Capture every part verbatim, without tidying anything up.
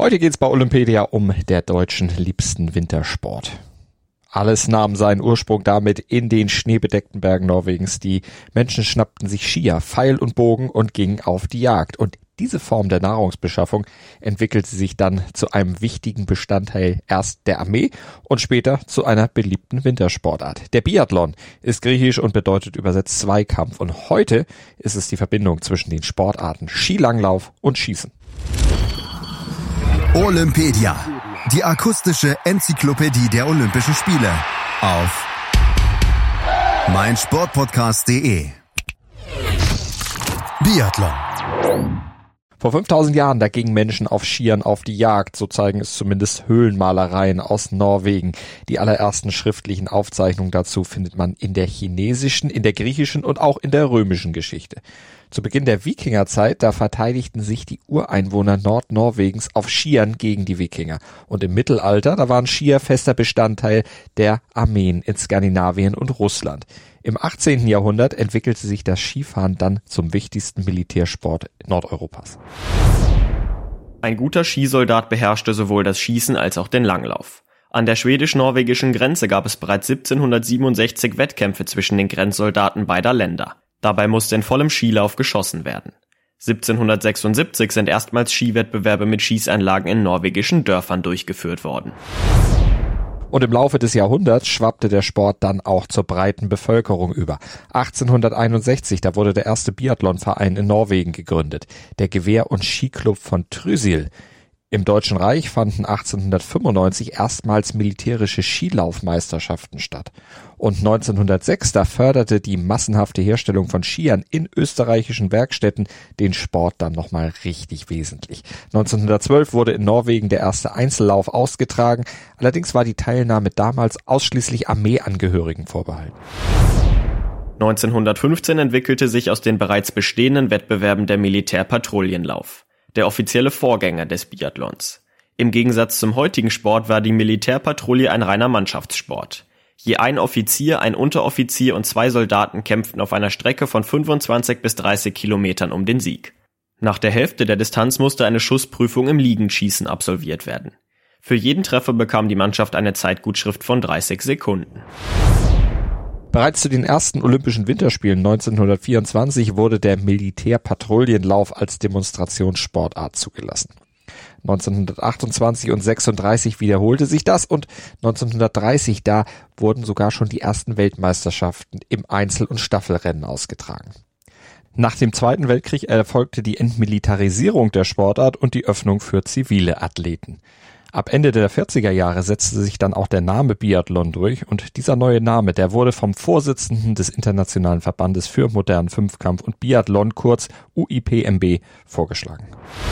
Heute geht's bei Olympedia um der deutschen liebsten Wintersport. Alles nahm seinen Ursprung damit in den schneebedeckten Bergen Norwegens. Die Menschen schnappten sich Skier, Pfeil und Bogen und gingen auf die Jagd. Und diese Form der Nahrungsbeschaffung entwickelte sich dann zu einem wichtigen Bestandteil erst der Armee und später zu einer beliebten Wintersportart. Der Biathlon ist griechisch und bedeutet übersetzt Zweikampf. Und heute ist es die Verbindung zwischen den Sportarten Skilanglauf und Schießen. Olympedia, die akustische Enzyklopädie der Olympischen Spiele auf meinsportpodcast punkt de. Biathlon. Vor fünftausend Jahren, da gingen Menschen auf Skiern auf die Jagd, so zeigen es zumindest Höhlenmalereien aus Norwegen. Die allerersten schriftlichen Aufzeichnungen dazu findet man in der chinesischen, in der griechischen und auch in der römischen Geschichte. Zu Beginn der Wikingerzeit, da verteidigten sich die Ureinwohner Nordnorwegens auf Skiern gegen die Wikinger. Und im Mittelalter, da waren Skier fester Bestandteil der Armeen in Skandinavien und Russland. Im achtzehnten Jahrhundert entwickelte sich das Skifahren dann zum wichtigsten Militärsport Nordeuropas. Ein guter Skisoldat beherrschte sowohl das Schießen als auch den Langlauf. An der schwedisch-norwegischen Grenze gab es bereits siebzehnhundertsiebenundsechzig Wettkämpfe zwischen den Grenzsoldaten beider Länder. Dabei musste in vollem Skilauf geschossen werden. siebzehnhundertsechsundsiebzig sind erstmals Skiwettbewerbe mit Schießanlagen in norwegischen Dörfern durchgeführt worden. Und im Laufe des Jahrhunderts schwappte der Sport dann auch zur breiten Bevölkerung über. achtzehnhunderteinundsechzig, da wurde der erste Biathlonverein in Norwegen gegründet, der Gewehr- und Skiclub von Trysil. Im Deutschen Reich fanden achtzehnhundertfünfundneunzig erstmals militärische Skilaufmeisterschaften statt. Und neunzehnhundertsechs, da förderte die massenhafte Herstellung von Skiern in österreichischen Werkstätten den Sport dann nochmal richtig wesentlich. neunzehnhundertzwölf wurde in Norwegen der erste Einzellauf ausgetragen. Allerdings war die Teilnahme damals ausschließlich Armeeangehörigen vorbehalten. neunzehnhundertfünfzehn entwickelte sich aus den bereits bestehenden Wettbewerben der Militärpatrouillenlauf, der offizielle Vorgänger des Biathlons. Im Gegensatz zum heutigen Sport war die Militärpatrouille ein reiner Mannschaftssport. Je ein Offizier, ein Unteroffizier und zwei Soldaten kämpften auf einer Strecke von fünfundzwanzig bis dreißig Kilometern um den Sieg. Nach der Hälfte der Distanz musste eine Schussprüfung im Liegenschießen absolviert werden. Für jeden Treffer bekam die Mannschaft eine Zeitgutschrift von dreißig Sekunden. Bereits zu den ersten Olympischen Winterspielen neunzehnhundertvierundzwanzig wurde der Militärpatrouillenlauf als Demonstrationssportart zugelassen. neunzehnhundertachtundzwanzig und sechsunddreißig wiederholte sich das und neunzehnhundertdreißig, da wurden sogar schon die ersten Weltmeisterschaften im Einzel- und Staffelrennen ausgetragen. Nach dem Zweiten Weltkrieg erfolgte die Entmilitarisierung der Sportart und die Öffnung für zivile Athleten. Ab Ende der vierziger Jahre setzte sich dann auch der Name Biathlon durch und dieser neue Name, der wurde vom Vorsitzenden des Internationalen Verbandes für modernen Fünfkampf und Biathlon, kurz U I P M B, vorgeschlagen.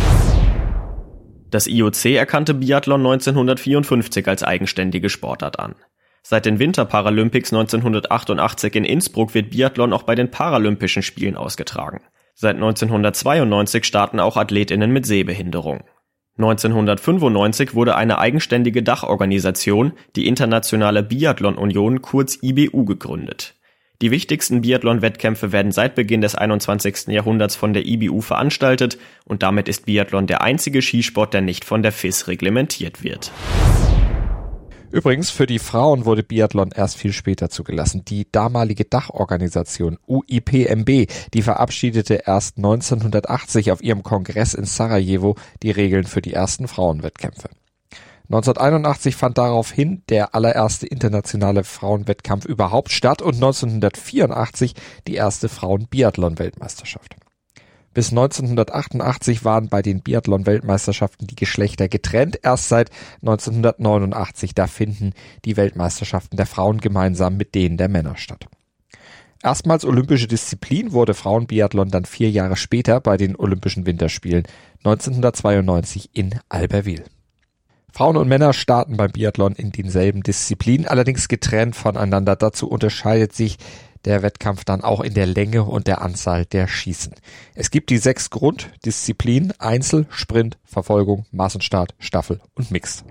Das I O C erkannte Biathlon neunzehnhundertvierundfünfzig als eigenständige Sportart an. Seit den Winterparalympics neunzehnhundertachtundachtzig in Innsbruck wird Biathlon auch bei den Paralympischen Spielen ausgetragen. Seit neunzehnhundertzweiundneunzig starten auch AthletInnen mit Sehbehinderung. neunzehnhundertfünfundneunzig wurde eine eigenständige Dachorganisation, die Internationale Biathlon-Union, kurz I B U, gegründet. Die wichtigsten Biathlon-Wettkämpfe werden seit Beginn des einundzwanzigsten Jahrhunderts von der I B U veranstaltet und damit ist Biathlon der einzige Skisport, der nicht von der F I S reglementiert wird. Übrigens, für die Frauen wurde Biathlon erst viel später zugelassen. Die damalige Dachorganisation U I P M B, die verabschiedete erst neunzehnhundertachtzig auf ihrem Kongress in Sarajevo die Regeln für die ersten Frauenwettkämpfe. neunzehnhunderteinundachtzig fand daraufhin der allererste internationale Frauenwettkampf überhaupt statt und neunzehnhundertvierundachtzig die erste Frauen-Biathlon-Weltmeisterschaft. Bis neunzehnhundertachtundachtzig waren bei den Biathlon-Weltmeisterschaften die Geschlechter getrennt. Erst seit neunzehnhundertneunundachtzig, da finden die Weltmeisterschaften der Frauen gemeinsam mit denen der Männer statt. Erstmals olympische Disziplin wurde Frauenbiathlon dann vier Jahre später bei den Olympischen Winterspielen neunzehnhundertzweiundneunzig in Albertville. Frauen und Männer starten beim Biathlon in denselben Disziplinen, allerdings getrennt voneinander. Dazu unterscheidet sich der Wettkampf dann auch in der Länge und der Anzahl der Schießen. Es gibt die sechs Grunddisziplinen: Einzel, Sprint, Verfolgung, Massenstart, Staffel und Mixed.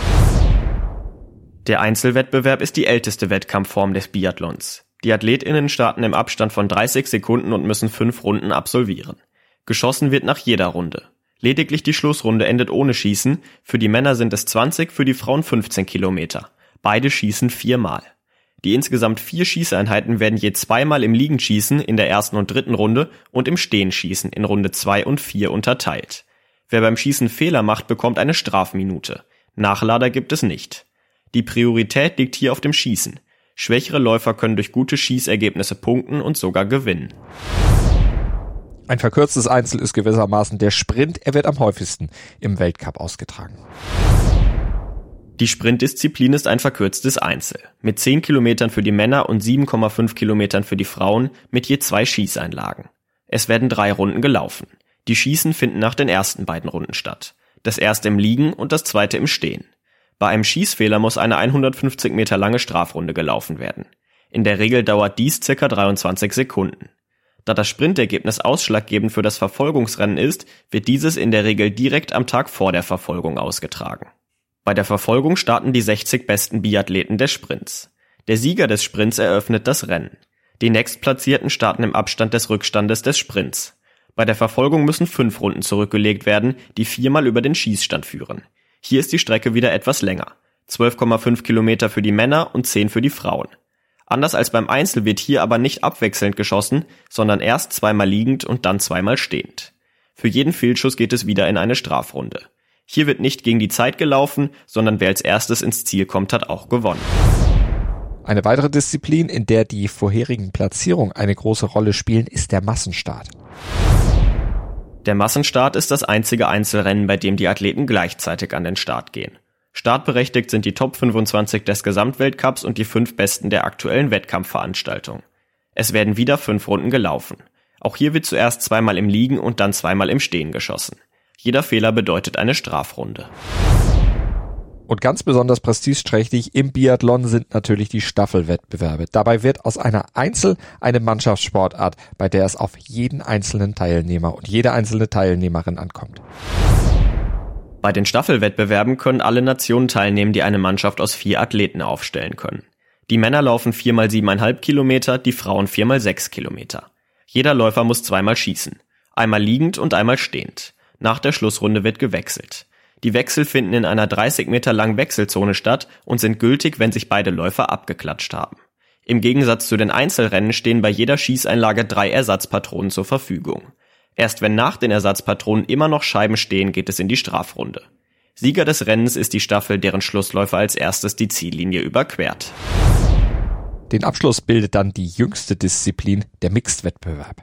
Der Einzelwettbewerb ist die älteste Wettkampfform des Biathlons. Die AthletInnen starten im Abstand von dreißig Sekunden und müssen fünf Runden absolvieren. Geschossen wird nach jeder Runde. Lediglich die Schlussrunde endet ohne Schießen, für die Männer sind es zwanzig, für die Frauen fünfzehn Kilometer. Beide schießen viermal. Die insgesamt vier Schießeinheiten werden je zweimal im Liegenschießen in der ersten und dritten Runde und im Stehenschießen in Runde zwei und vier unterteilt. Wer beim Schießen Fehler macht, bekommt eine Strafminute. Nachlader gibt es nicht. Die Priorität liegt hier auf dem Schießen. Schwächere Läufer können durch gute Schießergebnisse punkten und sogar gewinnen. Ein verkürztes Einzel ist gewissermaßen der Sprint. Er wird am häufigsten im Weltcup ausgetragen. Die Sprintdisziplin ist ein verkürztes Einzel. Mit zehn Kilometern für die Männer und sieben Komma fünf Kilometern für die Frauen mit je zwei Schießeinlagen. Es werden drei Runden gelaufen. Die Schießen finden nach den ersten beiden Runden statt. Das erste im Liegen und das zweite im Stehen. Bei einem Schießfehler muss eine hundertfünfzig Meter lange Strafrunde gelaufen werden. In der Regel dauert dies ca. dreiundzwanzig Sekunden. Da das Sprintergebnis ausschlaggebend für das Verfolgungsrennen ist, wird dieses in der Regel direkt am Tag vor der Verfolgung ausgetragen. Bei der Verfolgung starten die sechzig besten Biathleten des Sprints. Der Sieger des Sprints eröffnet das Rennen. Die Nächstplatzierten starten im Abstand des Rückstandes des Sprints. Bei der Verfolgung müssen fünf Runden zurückgelegt werden, die viermal über den Schießstand führen. Hier ist die Strecke wieder etwas länger. zwölf Komma fünf Kilometer für die Männer und zehn für die Frauen. Anders als beim Einzel wird hier aber nicht abwechselnd geschossen, sondern erst zweimal liegend und dann zweimal stehend. Für jeden Fehlschuss geht es wieder in eine Strafrunde. Hier wird nicht gegen die Zeit gelaufen, sondern wer als erstes ins Ziel kommt, hat auch gewonnen. Eine weitere Disziplin, in der die vorherigen Platzierungen eine große Rolle spielen, ist der Massenstart. Der Massenstart ist das einzige Einzelrennen, bei dem die Athleten gleichzeitig an den Start gehen. Startberechtigt sind die Top fünfundzwanzig des Gesamtweltcups und die fünf Besten der aktuellen Wettkampfveranstaltung. Es werden wieder fünf Runden gelaufen. Auch hier wird zuerst zweimal im Liegen und dann zweimal im Stehen geschossen. Jeder Fehler bedeutet eine Strafrunde. Und ganz besonders prestigeträchtig im Biathlon sind natürlich die Staffelwettbewerbe. Dabei wird aus einer Einzel- eine Mannschaftssportart, bei der es auf jeden einzelnen Teilnehmer und jede einzelne Teilnehmerin ankommt. Bei den Staffelwettbewerben können alle Nationen teilnehmen, die eine Mannschaft aus vier Athleten aufstellen können. Die Männer laufen vier mal sieben Komma fünf Kilometer, die Frauen vier mal sechs Kilometer. Jeder Läufer muss zweimal schießen. Einmal liegend und einmal stehend. Nach der Schlussrunde wird gewechselt. Die Wechsel finden in einer dreißig Meter langen Wechselzone statt und sind gültig, wenn sich beide Läufer abgeklatscht haben. Im Gegensatz zu den Einzelrennen stehen bei jeder Schießeinlage drei Ersatzpatronen zur Verfügung. Erst wenn nach den Ersatzpatronen immer noch Scheiben stehen, geht es in die Strafrunde. Sieger des Rennens ist die Staffel, deren Schlussläufer als erstes die Ziellinie überquert. Den Abschluss bildet dann die jüngste Disziplin, der Mixed-Wettbewerb.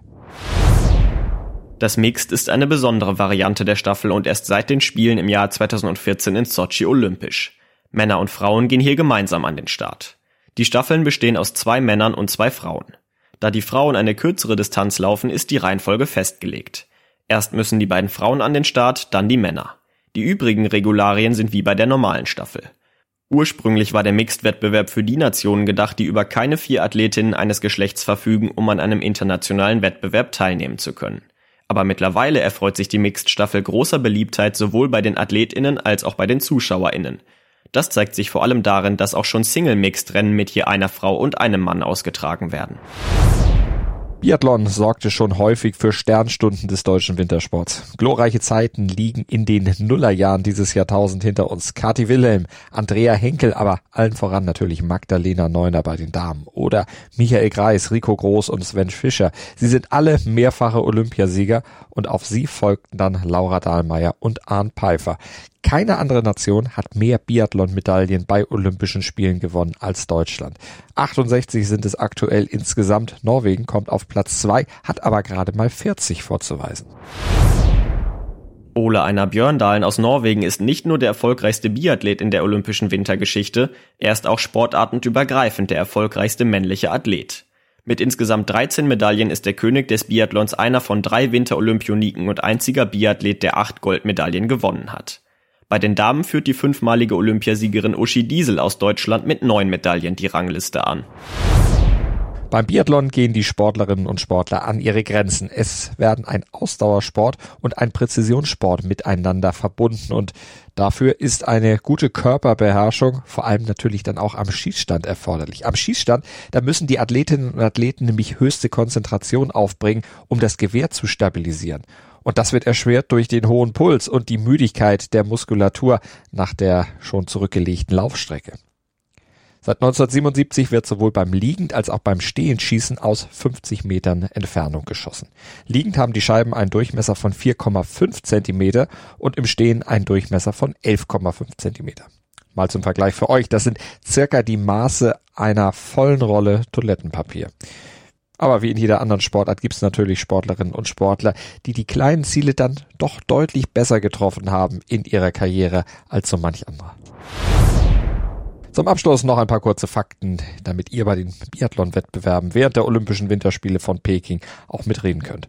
Das Mixed ist eine besondere Variante der Staffel und erst seit den Spielen im Jahr zweitausendvierzehn in Sotschi olympisch. Männer und Frauen gehen hier gemeinsam an den Start. Die Staffeln bestehen aus zwei Männern und zwei Frauen. Da die Frauen eine kürzere Distanz laufen, ist die Reihenfolge festgelegt. Erst müssen die beiden Frauen an den Start, dann die Männer. Die übrigen Regularien sind wie bei der normalen Staffel. Ursprünglich war der Mixed-Wettbewerb für die Nationen gedacht, die über keine vier Athletinnen eines Geschlechts verfügen, um an einem internationalen Wettbewerb teilnehmen zu können. Aber mittlerweile erfreut sich die Mixed-Staffel großer Beliebtheit sowohl bei den AthletInnen als auch bei den ZuschauerInnen. Das zeigt sich vor allem darin, dass auch schon Single-Mixed-Rennen mit je einer Frau und einem Mann ausgetragen werden. Biathlon sorgte schon häufig für Sternstunden des deutschen Wintersports. Glorreiche Zeiten liegen in den Nullerjahren dieses Jahrtausend hinter uns. Kathi Wilhelm, Andrea Henkel, aber allen voran natürlich Magdalena Neuner bei den Damen. Oder Michael Greis, Rico Groß und Sven Fischer. Sie sind alle mehrfache Olympiasieger und auf sie folgten dann Laura Dahlmeier und Arnd Pfeiffer. Keine andere Nation hat mehr Biathlon-Medaillen bei Olympischen Spielen gewonnen als Deutschland. achtundsechzig sind es aktuell insgesamt. Norwegen kommt auf Platz zwei, hat aber gerade mal vierzig vorzuweisen. Ole Einar Bjørndalen aus Norwegen ist nicht nur der erfolgreichste Biathlet in der olympischen Wintergeschichte, er ist auch sportartenübergreifend der erfolgreichste männliche Athlet. Mit insgesamt dreizehn Medaillen ist der König des Biathlons einer von drei Winterolympioniken und einziger Biathlet, der acht Goldmedaillen gewonnen hat. Bei den Damen führt die fünfmalige Olympiasiegerin Uschi Diesel aus Deutschland mit neun Medaillen die Rangliste an. Beim Biathlon gehen die Sportlerinnen und Sportler an ihre Grenzen. Es werden ein Ausdauersport und ein Präzisionssport miteinander verbunden und dafür ist eine gute Körperbeherrschung, vor allem natürlich dann auch am Schießstand erforderlich. Am Schießstand, da müssen die Athletinnen und Athleten nämlich höchste Konzentration aufbringen, um das Gewehr zu stabilisieren. Und das wird erschwert durch den hohen Puls und die Müdigkeit der Muskulatur nach der schon zurückgelegten Laufstrecke. Seit neunzehnhundertsiebenundsiebzig wird sowohl beim Liegend- als auch beim Stehenschießen aus fünfzig Metern Entfernung geschossen. Liegend haben die Scheiben einen Durchmesser von vier Komma fünf Zentimeter und im Stehen einen Durchmesser von elf Komma fünf Zentimeter. Mal zum Vergleich für euch, das sind circa die Maße einer vollen Rolle Toilettenpapier. Aber wie in jeder anderen Sportart gibt es natürlich Sportlerinnen und Sportler, die die kleinen Ziele dann doch deutlich besser getroffen haben in ihrer Karriere als so manch anderer. Zum Abschluss noch ein paar kurze Fakten, damit ihr bei den Biathlon-Wettbewerben während der Olympischen Winterspiele von Peking auch mitreden könnt.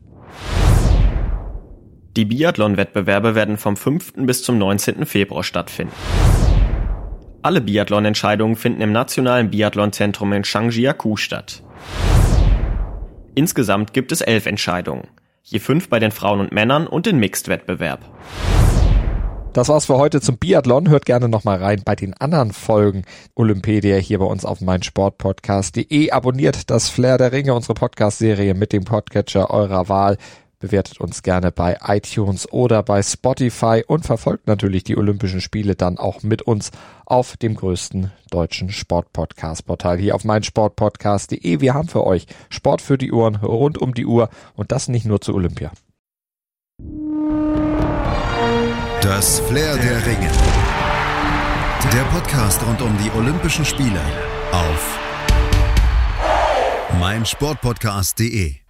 Die Biathlon-Wettbewerbe werden vom fünften bis zum neunzehnten Februar stattfinden. Alle Biathlon-Entscheidungen finden im Nationalen Biathlon-Zentrum in Zhangjiakou statt. Insgesamt gibt es elf Entscheidungen, je fünf bei den Frauen und Männern und den Mixed-Wettbewerb. Das war's für heute zum Biathlon. Hört gerne nochmal rein bei den anderen Folgen Olympedia hier bei uns auf meinsportpodcast punkt de. Abonniert das Flair der Ringe, unsere Podcast-Serie mit dem Podcatcher eurer Wahl. Bewertet uns gerne bei iTunes oder bei Spotify und verfolgt natürlich die Olympischen Spiele dann auch mit uns auf dem größten deutschen Sport-Podcast-Portal hier auf meinsportpodcast punkt de. Wir haben für euch Sport für die Ohren rund um die Uhr und das nicht nur zu Olympia. Das Flair der Ringe. Der Podcast rund um die Olympischen Spiele auf meinsportpodcast punkt de.